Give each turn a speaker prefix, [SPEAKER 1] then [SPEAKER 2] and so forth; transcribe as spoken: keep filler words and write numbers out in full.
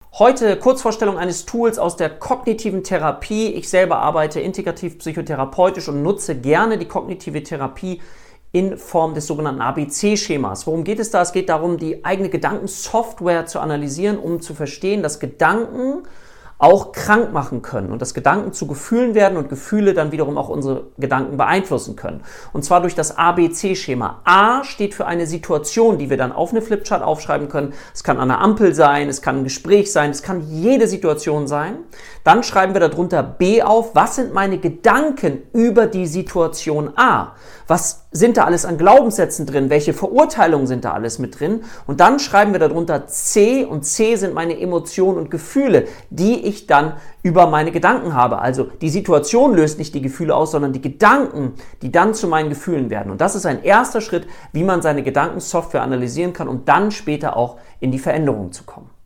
[SPEAKER 1] Heute Kurzvorstellung eines Tools aus der kognitiven Therapie. Ich selber arbeite integrativ psychotherapeutisch und nutze gerne die kognitive Therapie in Form des sogenannten A B C-Schemas. Worum geht es da? Es geht darum, die eigene Gedankensoftware zu analysieren, um zu verstehen, dass Gedanken auch krank machen können und dass Gedanken zu Gefühlen werden und Gefühle dann wiederum auch unsere Gedanken beeinflussen können. Und zwar durch das A B C-Schema. A steht für eine Situation, die wir dann auf eine Flipchart aufschreiben können. Es kann an einer Ampel sein, es kann ein Gespräch sein, es kann jede Situation sein. Dann schreiben wir darunter B auf. Was sind meine Gedanken über die Situation A? Was sind da alles an Glaubenssätzen drin? Welche Verurteilungen sind da alles mit drin? Und dann schreiben wir darunter C, und C sind meine Emotionen und Gefühle, die ich dann über meine Gedanken habe. Also die Situation löst nicht die Gefühle aus, sondern die Gedanken, die dann zu meinen Gefühlen werden. Und das ist ein erster Schritt, wie man seine Gedankensoftware analysieren kann, um dann später auch in die Veränderung zu kommen.